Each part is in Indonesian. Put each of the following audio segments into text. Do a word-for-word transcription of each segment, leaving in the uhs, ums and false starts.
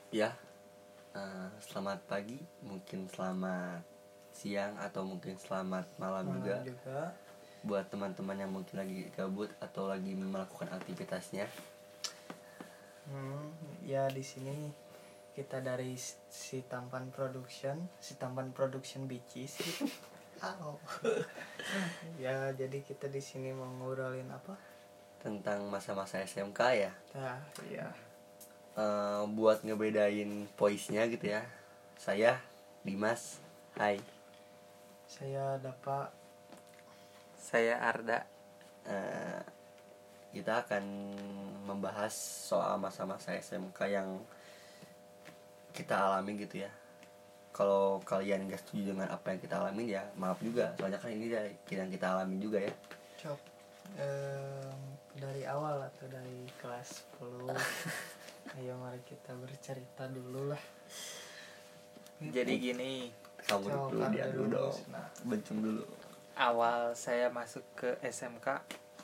Ya, uh, selamat pagi, mungkin selamat siang atau mungkin selamat malam, malam juga, juga buat teman-teman yang mungkin lagi gabut atau lagi melakukan aktivitasnya. Hmm, ya di sini kita dari si Tampan Production, si Tampan Production Bicis. Oh. Ya, jadi kita di sini mau ngobrolin apa? Tentang masa-masa S M K ya. Nah, iya. Uh, buat ngebedain voice-nya gitu ya. Saya Dimas. Hai. Saya Dapa. Saya Arda. Uh, kita akan membahas soal masa-masa S M K yang kita alami gitu ya. Kalau kalian gak setuju dengan apa yang kita alami ya maaf juga, soalnya kan ini dari yang kita alami juga ya. Cok, um, dari awal atau dari kelas sepuluh. Ayo mari kita bercerita dulu lah. Jadi gini, kamu Cok, dulu, dia dulu dong. Nah. Benceng dulu. Awal saya masuk ke S M K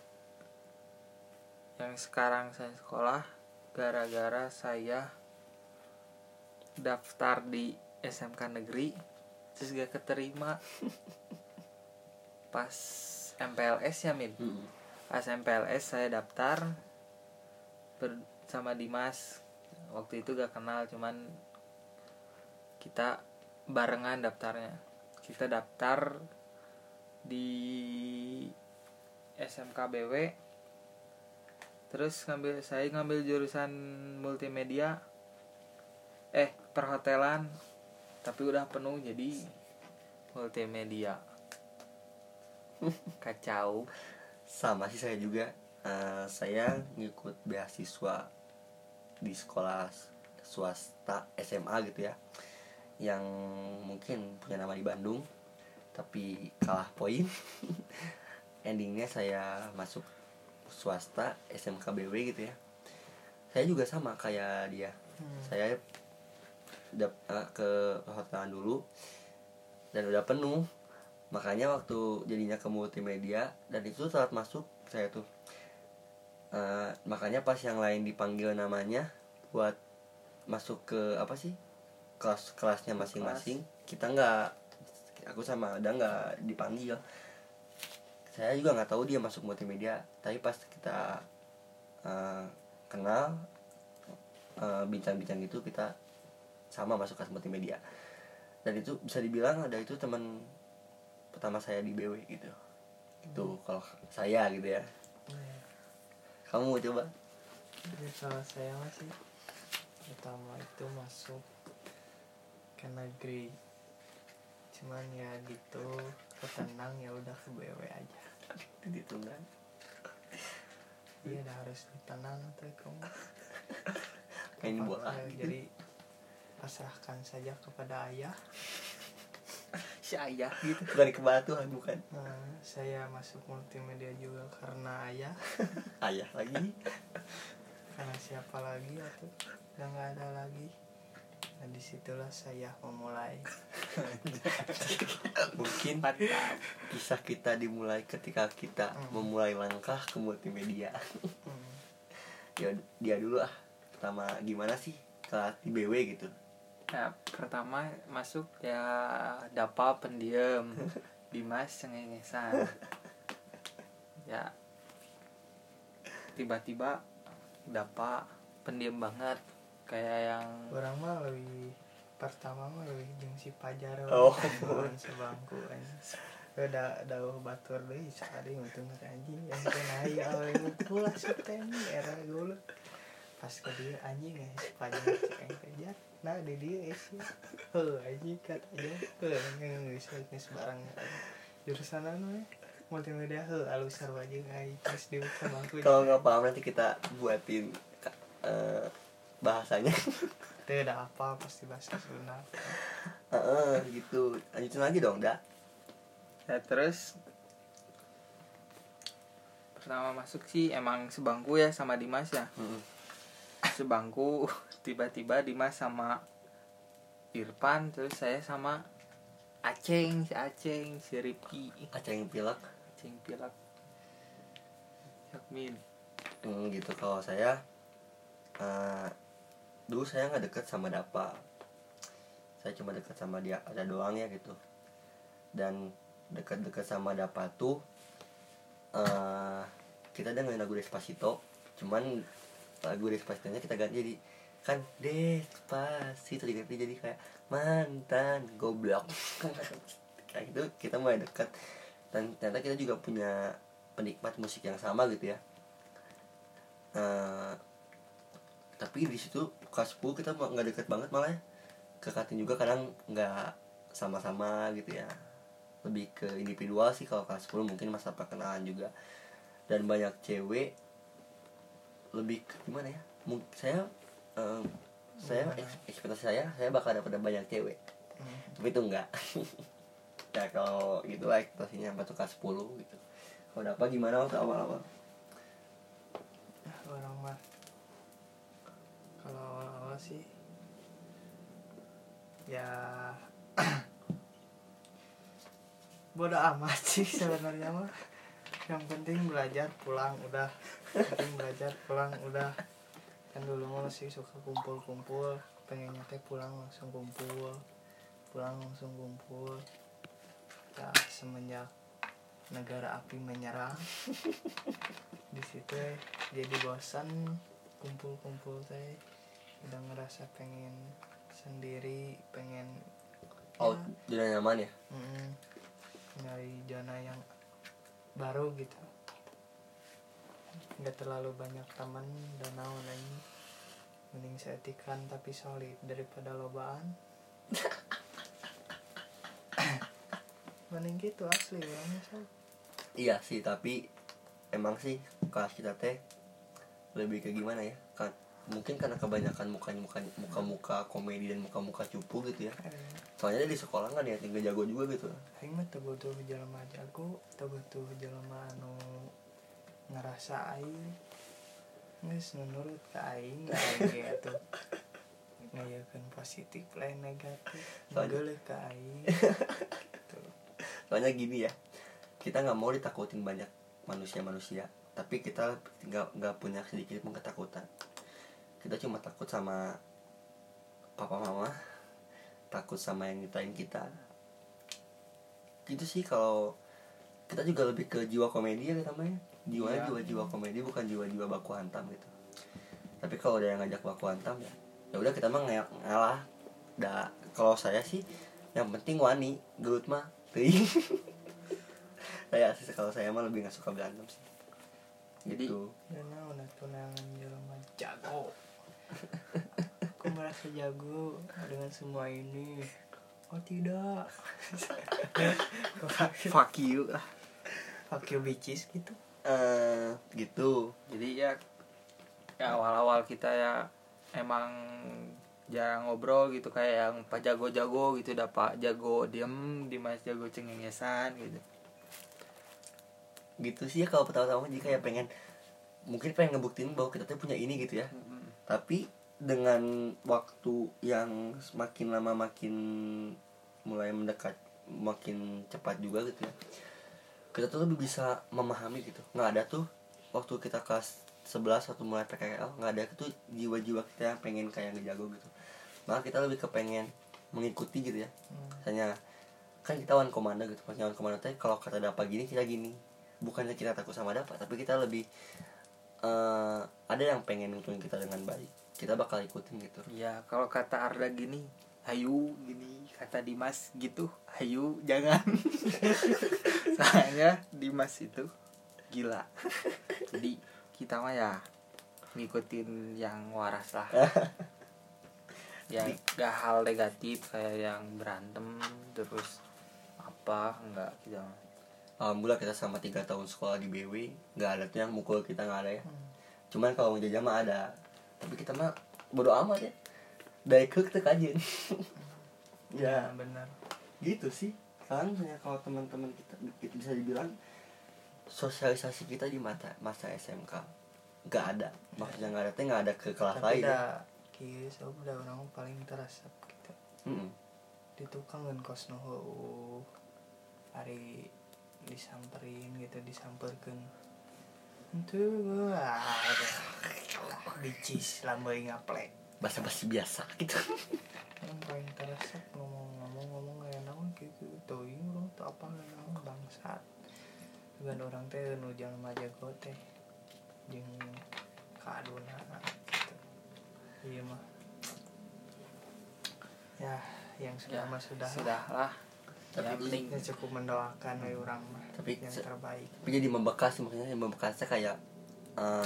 yang sekarang saya sekolah gara-gara saya daftar di S M K negeri terus gak keterima pas M P L S ya Min. Hmm. Pas M P L S saya daftar bersama Dimas. Waktu itu gak kenal, cuman kita barengan daftarnya. Kita daftar di S M K B W. Terus ngambil saya ngambil jurusan multimedia. Eh, perhotelan. Tapi udah penuh jadi multimedia. Kacau. Sama sih saya juga. Uh, saya ngikut beasiswa di sekolah swasta S M A gitu ya, yang mungkin punya nama di Bandung tapi kalah poin. Endingnya saya masuk swasta S M K B W gitu ya. Saya juga sama kayak dia. hmm. Saya dap, uh, ke hotelan dulu dan udah penuh, makanya waktu jadinya ke multimedia dan itu saat masuk saya tuh Uh, makanya pas yang lain dipanggil namanya buat masuk ke apa sih kelas kelasnya masing-masing, kita nggak, aku sama ada nggak dipanggil. Saya juga nggak tahu dia masuk multimedia, tapi pas kita uh, kenal uh, bincang-bincang gitu, kita sama masuk kelas multimedia. Dan itu bisa dibilang ada itu teman pertama saya di B W gitu. Itu hmm. kalau saya gitu ya. Kamu mau coba? Jadi kalau saya masih pertama itu masuk ke negeri, cuman ya gitu ketenang ya udah ke B W aja. Ditunang. Iya dah harus ditenang tuh kamu. Kayak bola. Jadi pasrahkan saja kepada ayah. Si ayah gitu. Bukan ke batu bukan. Nah, saya masuk multimedia juga karena ayah. Ayah lagi. Karena siapa lagi atau udah nggak ada lagi. Nah disitulah saya memulai. Mungkin kisah kita dimulai ketika kita hmm. memulai langkah ke multimedia. hmm. Ya dia dulu ah. Pertama gimana sih kelas di B W gitu? Nah, pertama masuk ya Dapa pendiam, Dimas cengengesan. Ya tiba-tiba Dapa pendiam banget kayak yang orang mah lebih pertama mah lebih jeung si Pajar. Oh, sebangku anjing. Udah dauh batur deui sakali untung anjing yang kena aya awal itu lah September era dulu. Pas ke dia anjing ya si Pajar cek kerja. Nah di dia sih. Heuh anjing kat aja. Heuh geus geus barang jurusan anu ya. Multimedia heuh alus sarua jeung ai terus di sebangku. Kalau enggak paham nanti kita buatin uh, bahasanya. Tidak apa pasti bahasa Sunda. Heeh, uh, gitu. Lanjutin lagi dong, Dak. Ya terus pertama masuk sih emang sebangku ya sama Dimas ya. Hmm. Sebangku tiba-tiba Dimas sama Irfan, terus saya sama Aceng, si Aceng, si Ripki. Aceng pilak. Aceng pilak. Yakmin. Hmm, gitu. Kalau saya uh, dulu saya nggak deket sama Dapa, saya cuma deket sama dia ada doang ya gitu. Dan deket-deket sama Dapa tuh uh, kita dengerin lagu Despacito, cuman lagu Despacito-nya kita ganti jadi kan Despacito diganti jadi kayak mantan goblok kayak gitu. Kita mulai deket dan ternyata kita juga punya penikmat musik yang sama gitu ya. Uh, tapi di situ kelas sepuluh kita nggak deket banget malah ya. Ke kantin juga kadang nggak sama-sama gitu ya, lebih ke individual sih kalau kelas sepuluh, mungkin masa perkenalan juga. Dan banyak cewek, lebih ke gimana ya, mungkin saya um, saya ekspektasi saya saya bakal dapat banyak cewek, hmm. tapi itu enggak. Ya kalau gitulah ekspektasinya waktu kelas sepuluh gitu. Kalau dapat gimana waktu awal-awal? Orang mah kalau awal-awal sih ya bodoh amat sih sebenarnya mah. Yang penting belajar pulang udah, yang penting belajar pulang udah. Kan dulu mah masih suka kumpul-kumpul, pengennya teh pulang langsung kumpul, pulang langsung kumpul. Ya semenjak negara api menyerang, di situ jadi bosan kumpul-kumpul teh, udah ngerasa pengen sendiri, pengen oh zona ya, nyaman ya, mm, nyari zona yang baru gitu, nggak terlalu banyak teman dan naon lagi, mending seetikan tapi solid daripada lobaan. Mending gitu asli orangnya so. Iya sih, tapi emang sih kelas kita teh lebih ke gimana ya kan, mungkin karena kebanyakan muka-muka muka-muka komedi dan muka-muka cupu gitu ya. Soalnya di sekolah kan ya tinggal jago juga gitu. Aing mah teu butuh jelema jago, teu butuh jelema anu ngerasa aing geus nurut ka aing, aing ge atuh ngayakeun positif lain negatif, geuleuh ka aing. Soalnya gini ya, kita nggak mau ditakutin banyak manusia-manusia, tapi kita nggak nggak punya sedikit pun ketakutan. Kita cuma takut sama papa mama, takut sama yang nyiptain kita. Gitu sih. Kalau kita juga lebih ke jiwa komedi ya namanya, jiwa ya. jiwa jiwa komedi, bukan jiwa-jiwa baku hantam gitu. Tapi kalau ada yang ngajak baku hantam ya, ya udah kita mah ngalah. Dah kalau saya sih yang penting wani, gelut mah teuing. Saya sih kalau saya mah lebih nggak suka berantem sih. Jadi gitu. Ya naon tunangan jelema jago. Aku merasa jago dengan semua ini. Oh tidak. fuck you lah. Fuck you bitches gitu. Uh, gitu. Jadi ya, ya awal-awal kita ya emang jarang ngobrol gitu, kayak yang Pak jago-jago gitu, dah Pak jago diem, Dimas jago cengengesan gitu. Gitu sih ya kalau pertama-tama, jika ya pengen mungkin pengen ngebuktiin bahwa kita tuh punya ini gitu ya. Mm-hmm. Tapi dengan waktu yang semakin lama makin mulai mendekat, makin cepat juga gitu ya, kita tuh lebih bisa memahami gitu. Nggak ada tuh waktu kita kelas sebelas waktu mulai P K L, nggak ada tuh jiwa-jiwa kita yang pengen kayak ngejago gitu. Maka kita lebih kepengen mengikuti gitu ya. Misalnya kan kita one komando gitu, pas one komando teh kalau kata dapat gini kita gini. Bukannya kita takut sama dapat, tapi kita lebih uh, ada yang pengen ngikutin kita dengan baik, kita bakal ikutin gitu. Ya kalau kata Arda gini, hayu gini, kata Dimas gitu, hayu jangan. Soalnya Dimas itu gila. Jadi kita mah ya ngikutin yang waras lah. Ya gak hal negatif kayak yang berantem terus apa, enggak kita. Alhamdulillah kita sama tiga tahun sekolah di B W nggak ada tuh yang mukul kita, nggak ada ya. Hmm. Cuman kalau ngejajah mah ada, tapi kita mah bodo amat ya. Dari kek tuh kajian. Ya benar. Gitu sih. Kan kalau teman-teman kita, kita bisa dibilang sosialisasi kita di mata masa S M K nggak ada. Maksudnya nggak ada teh nggak ada ke kelas lain. Tapi dah kieu udah orang paling terasa gitu. Heeh. Di tukang ngan kos nuheuh. Hari disamperin gitu, disamperkeun itu wah bicis lambai ngaplek basa-basi biasa gitu. Yang paling terasa ngomong-ngomong kayak naon gitu tuh ini orang tuh apa naon bangsat dengan orang teh nu jalma jago teh jeung kaduna gitu. Iya mah ya yang sudah Ya, mah sudah sudah lah. Tapi Yang penting ya cukup mendoakan we urang mah Tapi yang se- terbaik. Tapi jadi membekas, maksudnya yang membekasnya kayak uh,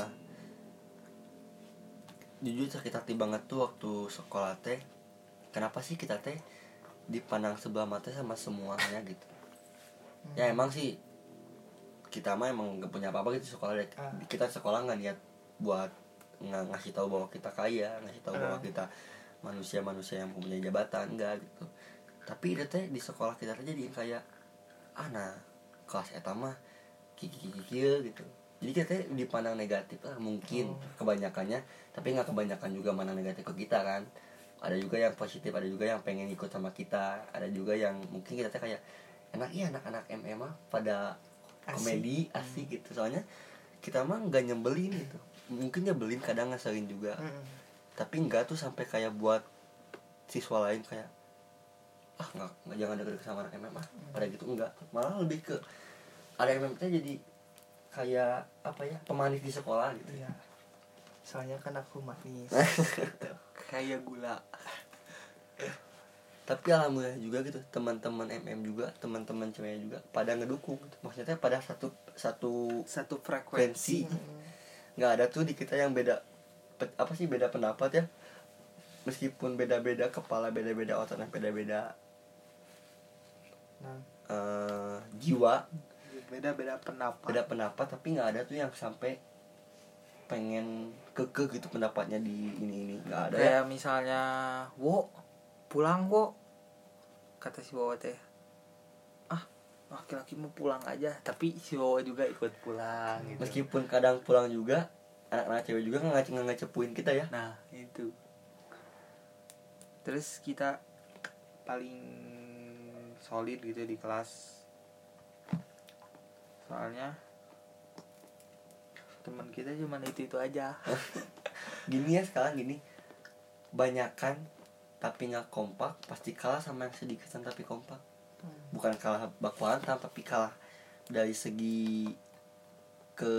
jujur sakit hati banget tuh waktu sekolah teh. Kenapa sih kita teh dipandang sebelah mata sama semuanya gitu. Hmm. Ya emang sih kita mah emang gak punya apa-apa gitu sekolah deh. Ah. Kita sekolah nggak niat buat ng- ngasih tahu bahwa kita kaya, ngasih tahu bahwa Ah. kita manusia-manusia yang mempunyai jabatan, enggak gitu. Tapi itu teh di sekolah kita teh jadi kayak ah nah kelas eta mah kiki-kiki gitu. Jadi kita teh dipandang negatif lah mungkin Oh. kebanyakannya, tapi nggak kebanyakan juga mana negatif ke kita kan. Ada juga yang positif, ada juga yang pengen ikut sama kita, ada juga yang mungkin kita teh kayak enak ya anak-anak M M mah pada komedi asik gitu. Soalnya kita mah nggak nyebelin gitu, mungkin nyebelin kadang ngeselin juga, Hmm. tapi nggak tuh sampai kayak buat siswa lain kayak ah nggak nggak jangan deket sama anak M M ah pada gitu, enggak, malah lebih ke ada M M teh jadi kayak apa ya pemanis di sekolah gitu. Iya. Soalnya kan aku manis gitu. kayak gula. Tapi alhamdulillah juga gitu teman-teman M M juga, teman-teman cewek juga pada ngedukung gitu. Maksudnya pada satu satu Satu frekuensi. frekuensi. Nggak ada tuh di kita yang beda pe- apa sih beda pendapat ya, meskipun beda-beda kepala, beda-beda otak, dan beda-beda Nah, uh, jiwa, Beda-beda pendapat. beda pendapat, tapi nggak ada tuh yang sampai pengen kekeh gitu pendapatnya di ini ini nggak ada ya. Kayak misalnya, wo pulang wo, kata si Wawa teh, ah laki-laki mau pulang aja, tapi si Wawa juga ikut pulang gitu. Meskipun kadang pulang juga anak-anak cewek juga nggak nggak ngecepuin kita ya. Nah itu. Terus kita paling solid gitu di kelas. Soalnya teman kita cuma itu itu aja. Gini ya sekarang gini, banyakan tapi nggak kompak pasti kalah sama yang sedikitan tapi kompak. Bukan kalah baku hantam, tapi kalah dari segi ke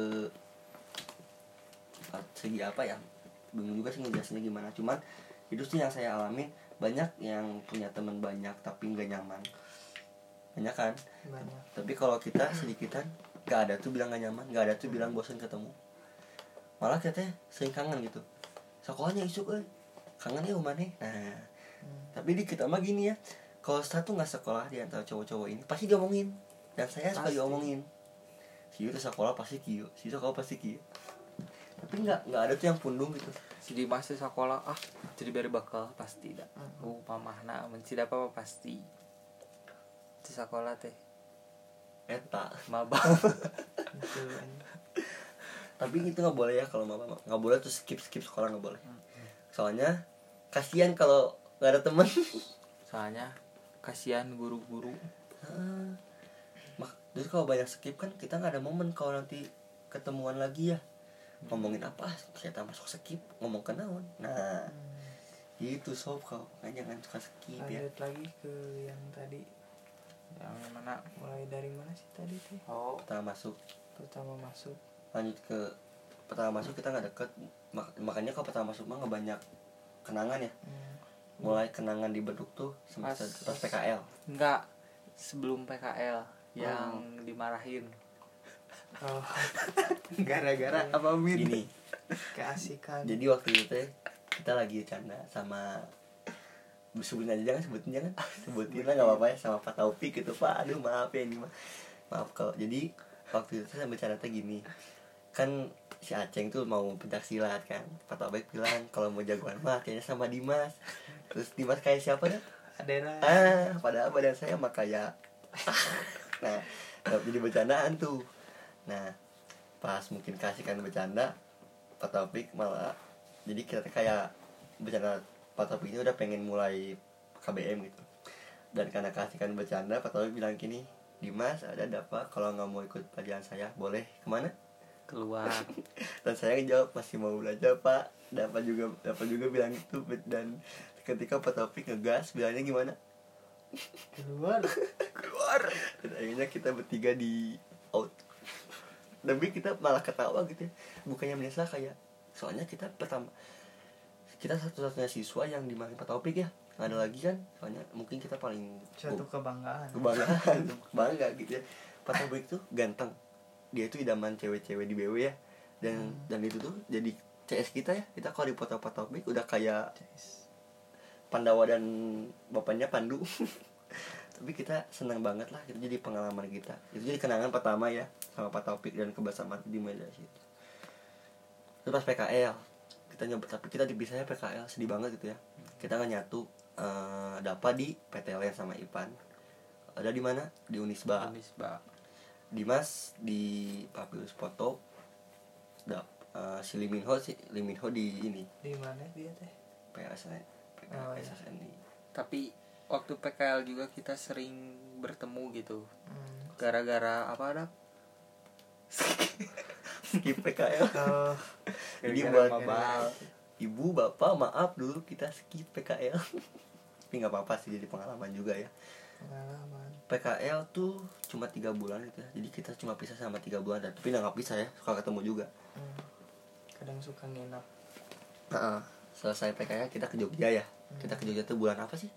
segi apa ya, bingung juga sih ngejelasinnya gimana. Cuman itu sih yang saya alamin, banyak yang punya teman banyak tapi nggak nyaman, banyak kan. banyak. Tapi kalau kita sedikitan nggak ada tuh bilang nggak nyaman, nggak ada tuh bilang bosan ketemu, malah kita sering kangen gitu. Sekolahnya isuk eh kangen ya umane. Nah Hmm. tapi di kita mah gini ya, kalau satu nggak sekolah di antara cowok-cowok ini pasti diomongin, dan saya suka Pasti. diomongin. Si itu sekolah pasti kieu, si itu sekolah pasti kieu. Tapi nggak nggak ada tuh yang pundung gitu. Si Dimas di sekolah ah jadi beri bakal pasti dah. Hmm. Oh pamahna mencida apa pasti. Di sekolah teh Eta. maba. Gitu kan. Tapi itu nggak boleh ya, kalau mama nggak boleh tuh skip skip sekolah nggak boleh. Soalnya kasihan kalau nggak ada teman. Soalnya kasihan guru-guru. Ah, mak terus kalau banyak skip kan kita nggak ada momen kalau nanti ketemuan lagi ya, ngomongin apa kita masuk skip ngomong ke naon. Nah Hmm. itu sob, kau kan jangan suka skip ya. Lanjut lagi ke yang tadi, Yang mana? mulai dari mana sih tadi tuh Oh, Pertama masuk, pertama masuk. lanjut ke pertama masuk kita nggak deket. Mak- makanya kalau pertama masuk mah nggak banyak kenangan ya. Hmm. Mulai kenangan dibentuk tuh semester Pas- pas P K L. enggak, sebelum P K L yang dimarahin. Oh, Gara-gara apa Min? Gini, keasikan. jadi waktu itu teh kita lagi canda sama, sebutin aja, jangan sebutin, jangan sebutin lah nggak apa-apa ya, sama Pak Taufik gitu Pak. Aduh maaf ya ini mah, maaf kalau. Jadi waktu itu saya bercanda teh gini, kan si Aceng tuh mau pencak silat kan. Pak Taufik bilang kalau mau jagoan mah kayaknya sama Dimas. Terus Dimas kayak siapa dah? Adera. Ah, padahal badan saya mah kayak nah, tapi jadi bercandaan tuh. Nah, pas mungkin kasihkan bercanda, Pak Taufik malah jadi kita tuh kayak bercanda. Pak Taufik ini udah pengen mulai K B M gitu. Dan karena kasihkan bercanda, Pak Taufik bilang gini, Dimas ada ada Pak, kalau nggak mau ikut pelajaran saya boleh kemana? Keluar. Dan saya ngejawab masih mau belajar Pak. dapat juga dapat juga bilang gitu. Dan ketika Pak Taufik ngegas bilangnya gimana, keluar keluar, dan akhirnya kita bertiga di out. Tapi kita malah ketawa gitu ya, bukannya menyesal kayak, soalnya kita pertama kita satu-satunya siswa yang dimarahin Pak Taufik ya, nggak ada lagi kan, soalnya mungkin kita paling suatu kebanggaan kebanggaan bangga gitu ya. Pak Taufik tuh ganteng, dia itu idaman cewek-cewek di B W ya, dan hmm. dan itu tuh jadi C S kita ya. Kita kalau di foto Pak Taufik udah kayak Pandawa dan bapaknya Pandu. Tapi kita senang banget lah, itu jadi pengalaman kita, itu jadi kenangan pertama ya sama Pak Taufik dan kebersamaan di meja situ. Terus pas P K L kita nyoba, tapi kita dipisahnya P K L, sedih banget gitu ya. Kita nggak nyatu, uh, dapat di P T L sama Ipan. Ada di mana? Di Unisba. Unisba. Dimas di Papilus Foto. Dap, uh, si Liminho si Liminho di ini. Di mana dia teh? P S N. P K S N I. Oh, tapi waktu P K L juga kita sering bertemu gitu. Hmm. Gara-gara apa ada? Skip P K L. Oh, Jadi buat ibu bapak maaf dulu kita skip P K L. Tapi nggak apa-apa sih, jadi pengalaman juga ya. pengalaman. P K L tuh cuma tiga bulan gitu ya. Jadi kita cuma pisah sama tiga bulan, dan tapi nggak pisah ya, suka ketemu juga. Hmm. Kadang suka nginap. Nah, selesai P K L kita ke Jogja ya. Kita ke Jogja tuh bulan apa sih?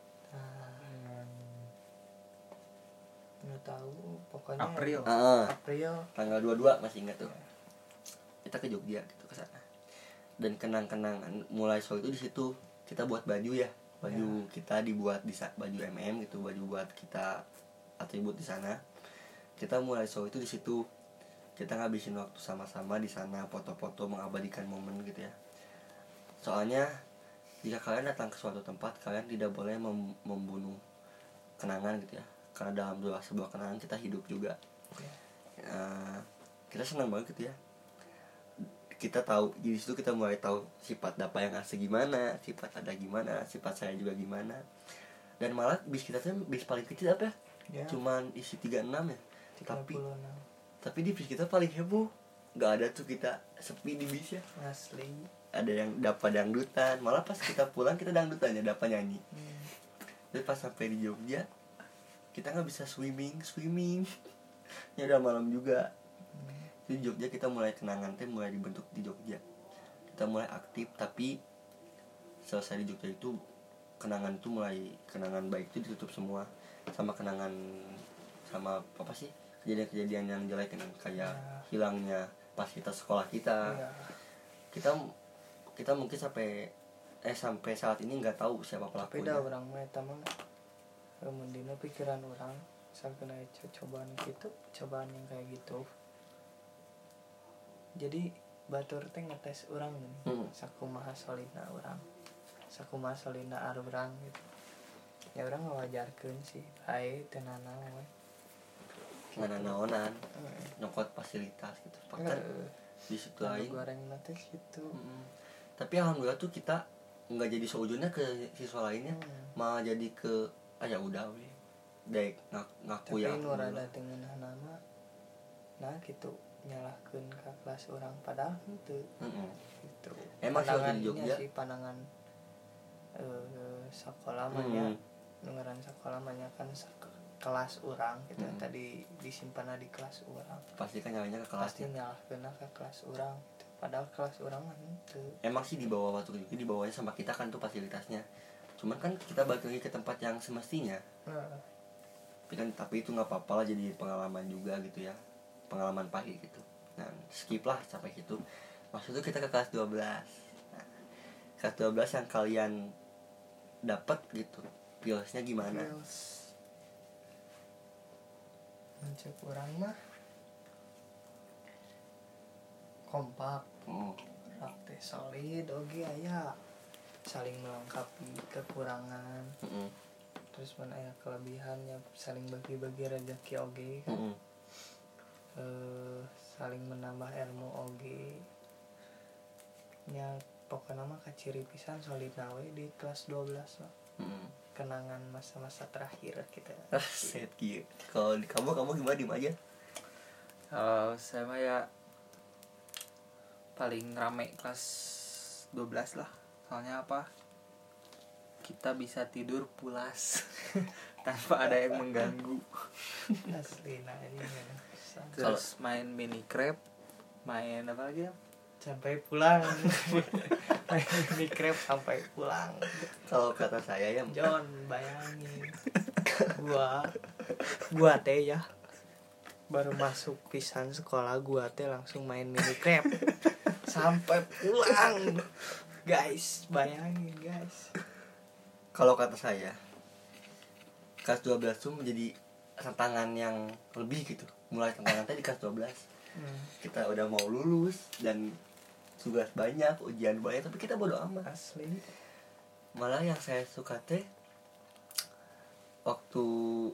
Nggak tahu, pokoknya April. Ah, April tanggal dua puluh dua masih ingat tuh. Kita ke Jogja gitu ke sana. Dan kenang-kenangan mulai show itu di situ kita buat baju ya. Baju ya. Kita dibuat di baju M M gitu, baju buat kita atribut di sana. Kita mulai show itu di situ. Kita ngabisin waktu sama-sama di sana, foto-foto mengabadikan momen gitu ya. Soalnya jika kalian datang ke suatu tempat, kalian tidak boleh mem- membunuh kenangan gitu ya. Karena dalam dua sebuah kenangan kita hidup juga. Uh, kita senang banget gitu ya. Kita tahu, di situ kita mulai tahu sifat Dapa yang asli gimana, sifat Ada gimana, sifat saya juga gimana. Dan malah bis kita tuh bis paling kecil apa ya? Ya. Cuman isi tiga puluh enam ya. tiga puluh enam. Tapi tapi di bis kita paling heboh. Gak ada tuh kita sepi di bis ya. Asli. Ada yang Dapa dangdutan. Malah pas kita pulang kita dangdutannya, Dapa nyanyi. Hmm. Terus pas sampai di Jogja, kita nggak bisa swimming swimming ya udah malam juga. hmm. Di Jogja kita mulai kenangan teh mulai dibentuk di Jogja, kita mulai aktif. Tapi selesai di Jogja itu kenangan itu mulai kenangan baik itu ditutup semua sama kenangan sama apa sih kejadian-kejadian yang jelek kan, kayak ya. Hilangnya fasilitas sekolah kita. ya. kita kita mungkin sampai eh sampai saat ini nggak tahu siapa pelakunya. Tapi dah orang mah eta mah kemudian pikiran orang sampai cobaan gitu, cobaan yang kayak gitu. Jadi batur teh ngetes orang nih, hmm. sakumaha solidna orang, sakumaha solidna arurang gitu. Ya orang ngawajarkeun sih, bae teu nanaon. Nanaonan, nyokot fasilitas gitu. Bahkan uh, di situ lain goreng nate gitu. Hmm. Tapi alhamdulillah tuh kita nggak jadi seujurnya ke siswa lainnya, hmm. malah jadi ke ah ya udah we dek ngaku ya. Tapi nu rada teu ngeunah nama nah gitu nyalahkeun ka kelas orang padahal henteu. Heeh. Gitu. Emang pandangan di Jogja sih pandangan eh sekolah mah nya nu ngaran sekolah mah nya kan kelas orang gitu. Hmm. Tadi disimpan di kelas orang. Pasti kan nyalahnya ke kelas. Pasti nyalahkeun ka kelas orang gitu. Padahal kelas orang mah henteu. Emang sih di bawah waktu itu di bawahnya sama kita kan tuh fasilitasnya. Cuman kan kita balik lagi ke tempat yang semestinya. Hmm. Tapi kan tapi itu nggak apa-apa lah, jadi pengalaman juga gitu ya, pengalaman pahit gitu. Nah skip lah sampai situ. Maksudnya kita ke kelas dua belas. Nah, kelas dua belas yang kalian dapat gitu, pilsnya gimana? Pils. Mencek orang mah kompak, hmm. Rakte solid, oke aya saling melengkapi kekurangan. Mm-hmm. Terus mana ya kelebihannya, saling bagi-bagi rezeki oge kan. Mm-hmm. E, saling menambah ilmu oge. Nya pokoknya mah kaciri pisan solid nawe di kelas dua belas mah. Mm-hmm. Kenangan masa-masa terakhir kita. Set kieu. Kalau di kamu kamu gimana di aja? Kalau saya mah ya paling rame kelas dua belas lah. Soalnya apa? Kita bisa tidur pulas tanpa ada yang mengganggu. Asli nah ini ya. Terus main mini crab, main apa lagi ya? Sampai pulang. Main mini crab sampai pulang. Kalau kata saya ya John, bayangin. Gua gua teh ya. Baru masuk pisan sekolah gua teh langsung main mini crab. Sampai pulang. Guys, bayangin guys. kalau kata saya kelas dua belas tuh menjadi tantangan yang lebih gitu. Mulai tantangan tadi kelas dua belas. Hmm. Kita udah mau lulus dan tugas banyak, ujian banyak, tapi kita bodo amat. Asli. Malah yang saya suka teh waktu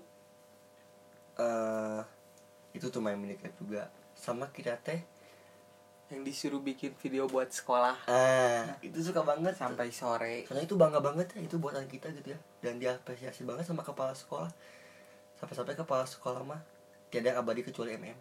uh, itu tuh main miniclip juga sama kita teh Yang disuruh bikin video buat sekolah ah itu suka banget sampai sore. soalnya itu bangga banget ya, itu buatan kita gitu ya, dan diapresiasi banget sama kepala sekolah. Sampai-sampai kepala sekolah mah tiada yang abadi kecuali M M.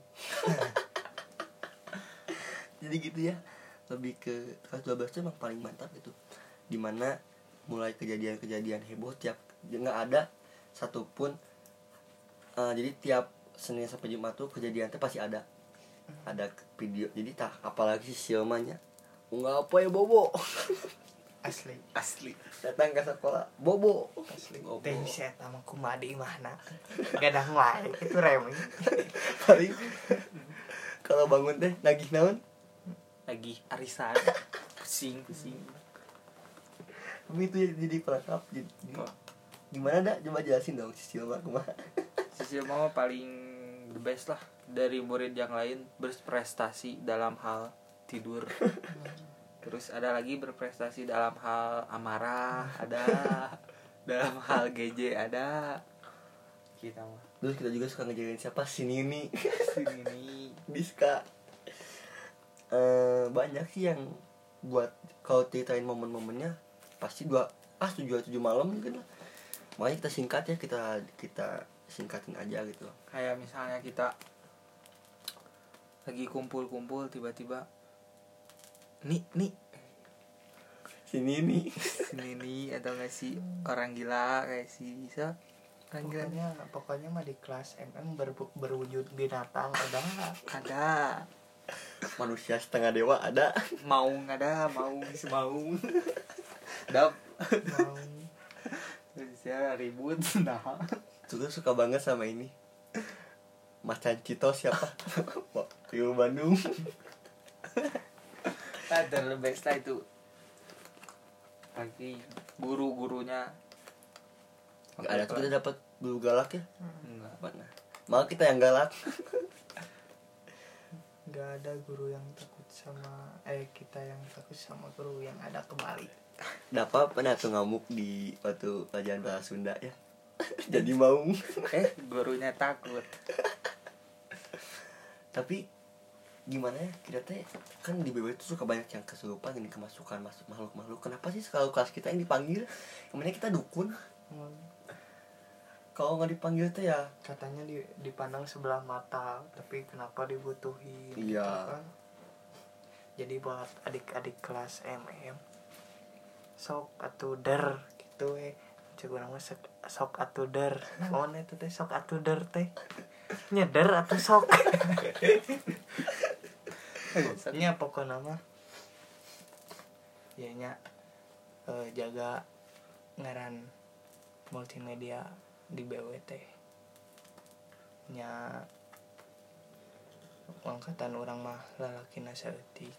Jadi gitu ya, lebih ke kelas dua belas itu emang paling mantap gitu, dimana mulai kejadian-kejadian heboh tiap, nggak ada satupun uh, jadi tiap Senin sampai Jumat tuh kejadian tuh pasti ada ada video. Jadi tak apalagi si Silmanya nggak apa ya bobo. Asli. Asli. Datang ke sekolah bobo Asli. bobo. Teh set sama kumadi mana? Gadang wae itu remi. Paling kalau bangun teh nagih naon Lagi arisan. Pusing, pusing. tapi itu jadi pelengkap jadi, Oh. gimana dah, coba jelasin dong si Silma kumaha. Sisil mau paling the best lah dari murid yang lain, berprestasi dalam hal tidur. Terus ada lagi berprestasi dalam hal amarah, ada dalam hal G J ada. Kita mah Terus kita juga suka ngejagain siapa, si Nini. sini nih. Biska. Eh, banyak sih yang buat kalau ceritain momen-momennya pasti dua ah tujuh tujuh malam mungkin lah. Makanya kita singkat ya, kita kita singkatin aja gitu. Kayak misalnya kita lagi kumpul-kumpul tiba-tiba nih nih Si Nini. sini nih atau nggak sih orang gila kayak si Isa orang gila Pokoknya pokoknya mah di kelas M M ber, berwujud binatang ada. ada Manusia setengah dewa ada. mau nggak ada mau mau dap Mau saya ribut nah Tuh suka banget sama ini Mas Cancito siapa? Rio Bandung. ada lebih lah itu lagi guru-gurunya Gak ada tuh kita dapat guru galak ya. enggak Mana? Malah kita yang galak. nggak ada guru yang takut sama eh kita yang takut sama guru, yang ada kebalik. Dapat pernah tuh ngamuk di waktu pelajaran bahasa Sunda ya. Jadi mau. eh gurunya takut. Tapi gimana ya, kita teh kan di B W itu suka banyak yang kesurupan ini, kemasukan masuk makhluk-makhluk. Kenapa sih kalau kelas kita yang dipanggil? Kemudian kita dukun. Hmm, Kalau nggak dipanggil teh ya katanya di, dipandang sebelah mata, tapi kenapa dibutuhin? Iya. gitu kan. Jadi buat adik-adik kelas M M sok atuh der gitu eh coba nama sok, sok atuh der naon itu teh sok atuh der teh nyeder atau sok nya pokok nama ya nya eh, jaga ngaran multimedia di B W T nya angkatan orang mah lalakina saeutik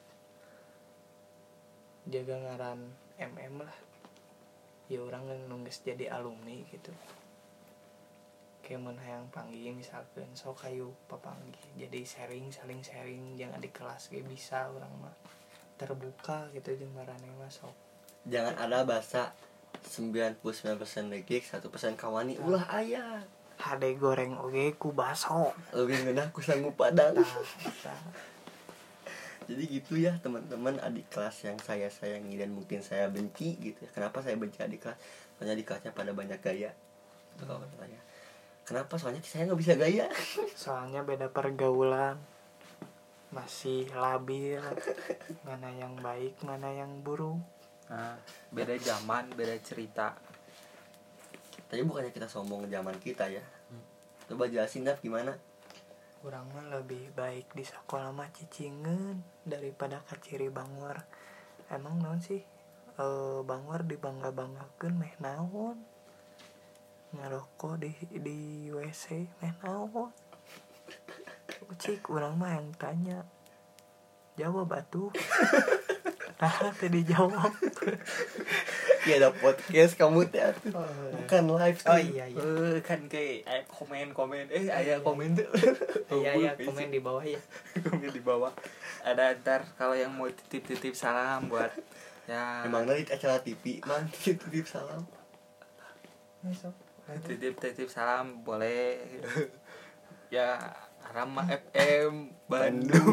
jaga ngaran M M lah ya orang nunggus jadi alumni gitu kayak mun hayang panggil misalkan sok kayu papanggih jadi sharing saling sharing jangan di kelas ge bisa orang mah terbuka gitu jeung marane mah sok jangan ada bahasa sembilan puluh sembilan persen legik, satu persen kawani ulah aya. H D goreng oge ku baso Lebih ngeunah ku sanggup padang. tah tah Jadi gitu ya teman-teman adik kelas yang saya sayangi dan mungkin saya benci gitu ya. Kenapa saya benci adik kelas? Soalnya di kelasnya pada banyak gaya. Itu kalau kata saya. Kenapa? Soalnya saya nggak bisa gaya. soalnya beda pergaulan masih labil, mana yang baik mana yang buruk. Nah, beda zaman, beda cerita. Tapi bukannya kita sombong zaman kita ya. Coba jelasin Dap gimana? Urang mah lebih baik di sekolah mah cicingeun daripada ka ciri bangor. Emang naon sih? E, bangor dibangga-banggakeun meh naon? Ngarokok di di W C meh naon? Cik urang mah yang tanya. Jawab atuh. Nah, tadi dijawab. Ya ada podcast kamu teh atuh. Oh, Bukan live oh tuh. iya iya. Eh kan kayak aya komen-komen eh aya komen tuh. Iya iya komen di bawah ya. Komen di bawah. Ada ntar kalau yang mau titip-titip salam buat ya Emang dari acara T V, man titip salam. Besok. titip-titip salam boleh. Ya Rama F M Bandung.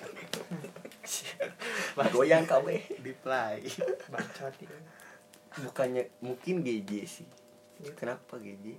Goyang kabeh. Di play. Bacot ya. Bukannya mungkin G J sih. Kenapa G J?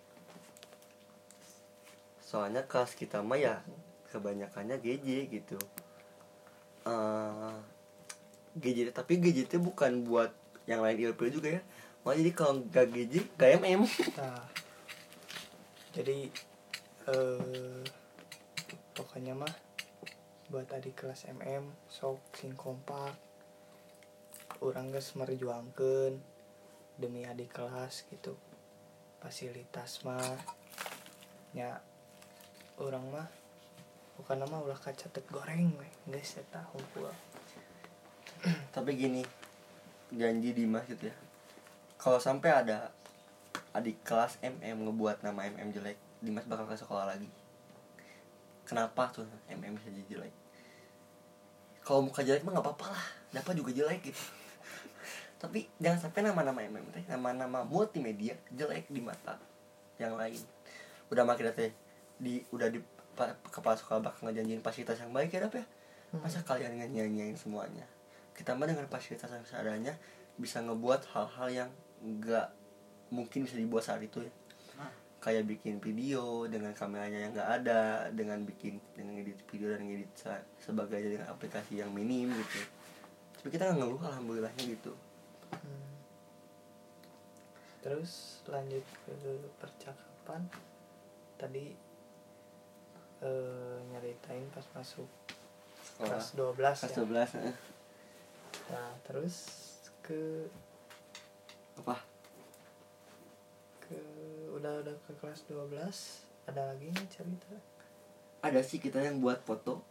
Soalnya kelas kita mah ya kebanyakannya G J gitu. Uh, G J tapi G J itu bukan buat yang lain ilmu juga ya. Malah jadi kalau gak G J gak M M. Nah, jadi eh pokoknya mah buat adik kelas M M sok sing kompak. Urang geus merjuangkeun demi adik kelas gitu. Fasilitas mah nya urang mah bukan mah ulah kaca tek goreng we geus eta hunkul. Tapi gini, janji Dimas gitu ya. Kalau sampai ada adik kelas M M ngebuat nama M M jelek, Dimas bakal ke sekolah lagi. Kenapa tuh M M bisa jadi jelek? Kalau muka jelek mah nggak apa-apa lah, dapat juga jelek gitu. Tapi jangan sampai nama-nama M M teh, nama-nama multimedia jelek di mata yang lain. Udah mah kita teh di udah di pa, kepala sekolah bakal ngejanjiin fasilitas yang baik ya Dap ya. Masa kalian nyanyi-nyanyiin semuanya? Kita mah dengan fasilitas yang seadanya bisa ngebuat hal-hal yang nggak mungkin bisa dibuat saat itu ya. Kayak bikin video dengan kameranya yang nggak ada, dengan bikin dengan edit video dan edit sebagainya dengan aplikasi yang minim gitu. Tapi kita nggak ngeluh, alhamdulillahnya gitu. Hmm. Terus lanjut ke percakapan tadi eh, nyeritain pas masuk Sekolah. kelas dua belas Kelas ya. dua belas eh. Nah, terus ke Apa? ke udah udah ke kelas dua belas ada lagi nih cerita. Ada sih kita yang buat foto,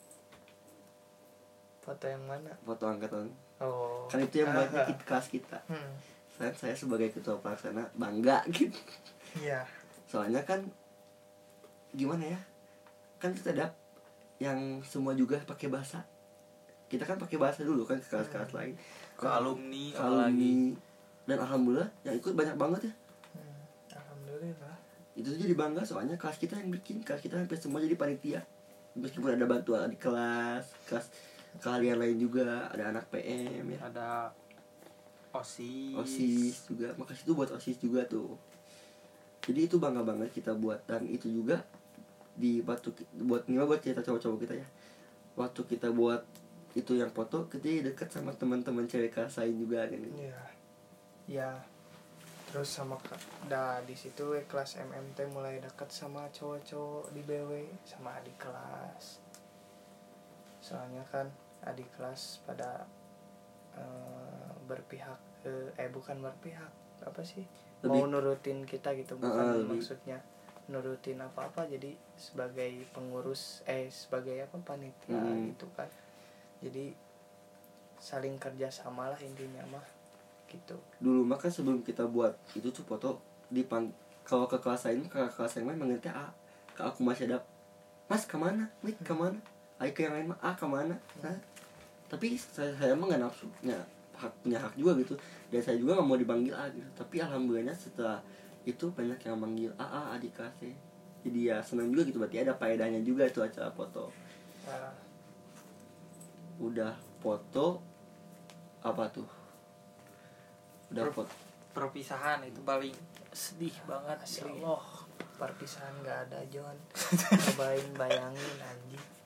Foto yang mana? foto angkatan. Oh. Kan itu yang buatnya kita, kelas kita. Hmm. Saya, saya sebagai ketua pelaksana bangga gitu. Iya. Soalnya kan gimana ya? Kan kita ada yang semua juga pakai bahasa. Kita kan pakai bahasa dulu kan ke kelas-kelas lain. Ke alumni Ke apalagi. alumni. Dan alhamdulillah yang ikut banyak banget ya. Hmm. Alhamdulillah. Itu tuh jadi bangga soalnya kelas kita yang bikin, kelas kita hampir semua jadi panitia. Meskipun ada bantuan di kelas, kelas kalian lain juga, ada anak P M ya. Ada OSIS. OSIS juga. Makasih tuh buat OSIS juga tuh. Jadi itu bangga banget kita buat, dan itu juga di waktu buat nih buat cerita cowok-cowok kita ya. Waktu kita buat itu yang foto, kita deket sama teman-teman cewek kelas lain juga kan. Iya. Ya. Terus sama dah di situ we, kelas M M T mulai dekat sama cowok-cowok di B W sama adik kelas. Soalnya kan adik kelas pada uh, berpihak uh, eh bukan berpihak apa sih Lebih, mau nurutin kita gitu bukan uh, lebih. maksudnya nurutin apa-apa jadi sebagai pengurus eh sebagai apa panitia hmm. gitu kan. Jadi saling kerjasama lah intinya mah gitu. Dulu mah kan sebelum kita buat itu tuh foto di pan, kalau ke kelas lain ke kelas yang lain manggilnya A, ke aku masih ada Mas kemana, Wih kemana, ayo ke yang lain mah A kemana. Nah, tapi saya saya emang nggak nafsu, ya, hak punya hak juga gitu, dan saya juga nggak mau dipanggil A gitu. Tapi alhamdulillahnya setelah itu banyak yang manggil A A adik kelas ya. Jadi ya senang juga gitu, berarti ada faedahnya juga itu acara foto. Nah, Udah foto apa tuh? Udah Per- foto. Perpisahan itu paling sedih banget Asli. ya Allah. perpisahan nggak ada John. Cobain bayangin anjing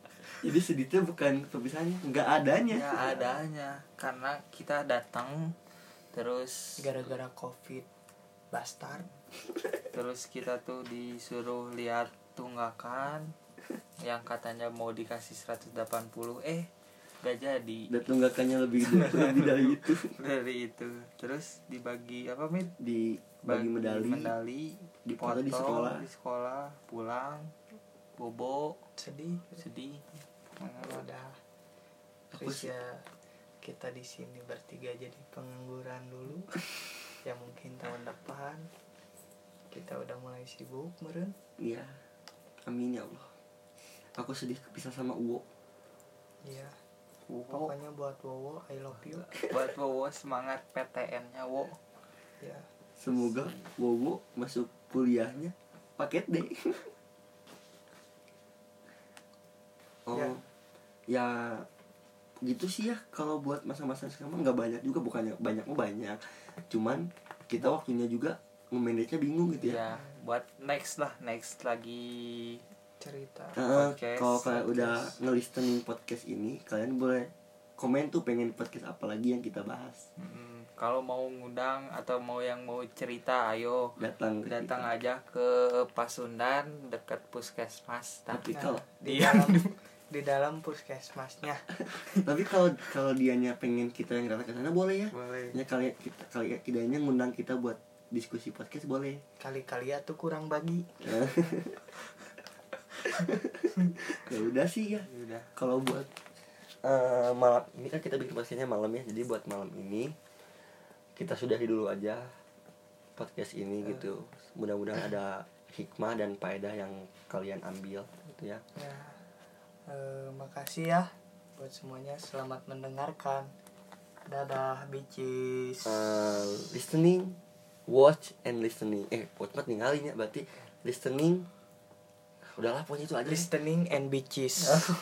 Jadi sedihnya bukan perpisahannya, nggak adanya. Nggak adanya karena kita datang terus gara-gara covid bastard. terus kita tuh disuruh lihat tunggakan yang katanya mau dikasih seratus delapan puluh, eh gak jadi. Dan tunggakannya lebih lebih dari itu. Dari itu terus dibagi apa Mit? Di bagi medali, medali dipoto foto di sekolah. di sekolah pulang bobo Sedih. sedih. Udah. Aku Terus sih- ya kita di sini bertiga jadi pengangguran dulu. Ya mungkin tahun depan kita udah mulai sibuk meren. Iya. Amin ya Allah. Aku sedih kepisah sama Uwo. Iya. Wo, Pokoknya buat Wowo I love you. buat Wowo semangat P T N-nya Wo. Ya. Semoga Wowo masuk kuliahnya paket D. Oh. Ya. Ya gitu sih ya, kalau buat masa-masa sekarang nggak banyak juga, bukannya banyak mah banyak, cuman kita waktunya juga nge-manage-nya bingung gitu ya. Ya, buat next lah, next lagi Cerita. Heeh, Podcast, kalau kalian podcast. udah nge-listening podcast ini, kalian boleh komen tuh pengen podcast apa lagi yang kita bahas. mm, kalau mau ngundang atau mau yang mau cerita ayo Datang ke datang kita. aja ke Pasundan dekat Puskesmas. Tapi Tapi kalau di Diam. dalam di dalam puskesmasnya tapi kalau kalau dianya pengen kita yang datang ke sana boleh ya. boleh. Ya kalian kita kalian kidanya ngundang kita buat diskusi podcast boleh. kali-kali ya tuh kurang bagi. Ya udah sih ya. Udah. Kalau buat eh, malam ini kan kita bikin podcastnya malam ya, jadi buat malam ini kita sudahi dulu aja podcast ini gitu. Mudah-mudahan ada hikmah dan faedah yang kalian ambil gitu ya. Ya. Eh, makasih ya buat semuanya, selamat mendengarkan. Dadah bitches. Eh, listening, watch and listening. Eh, watch mah ninggalin ya, berarti listening. Udahlah pokoknya itu aja. Listening and bitches.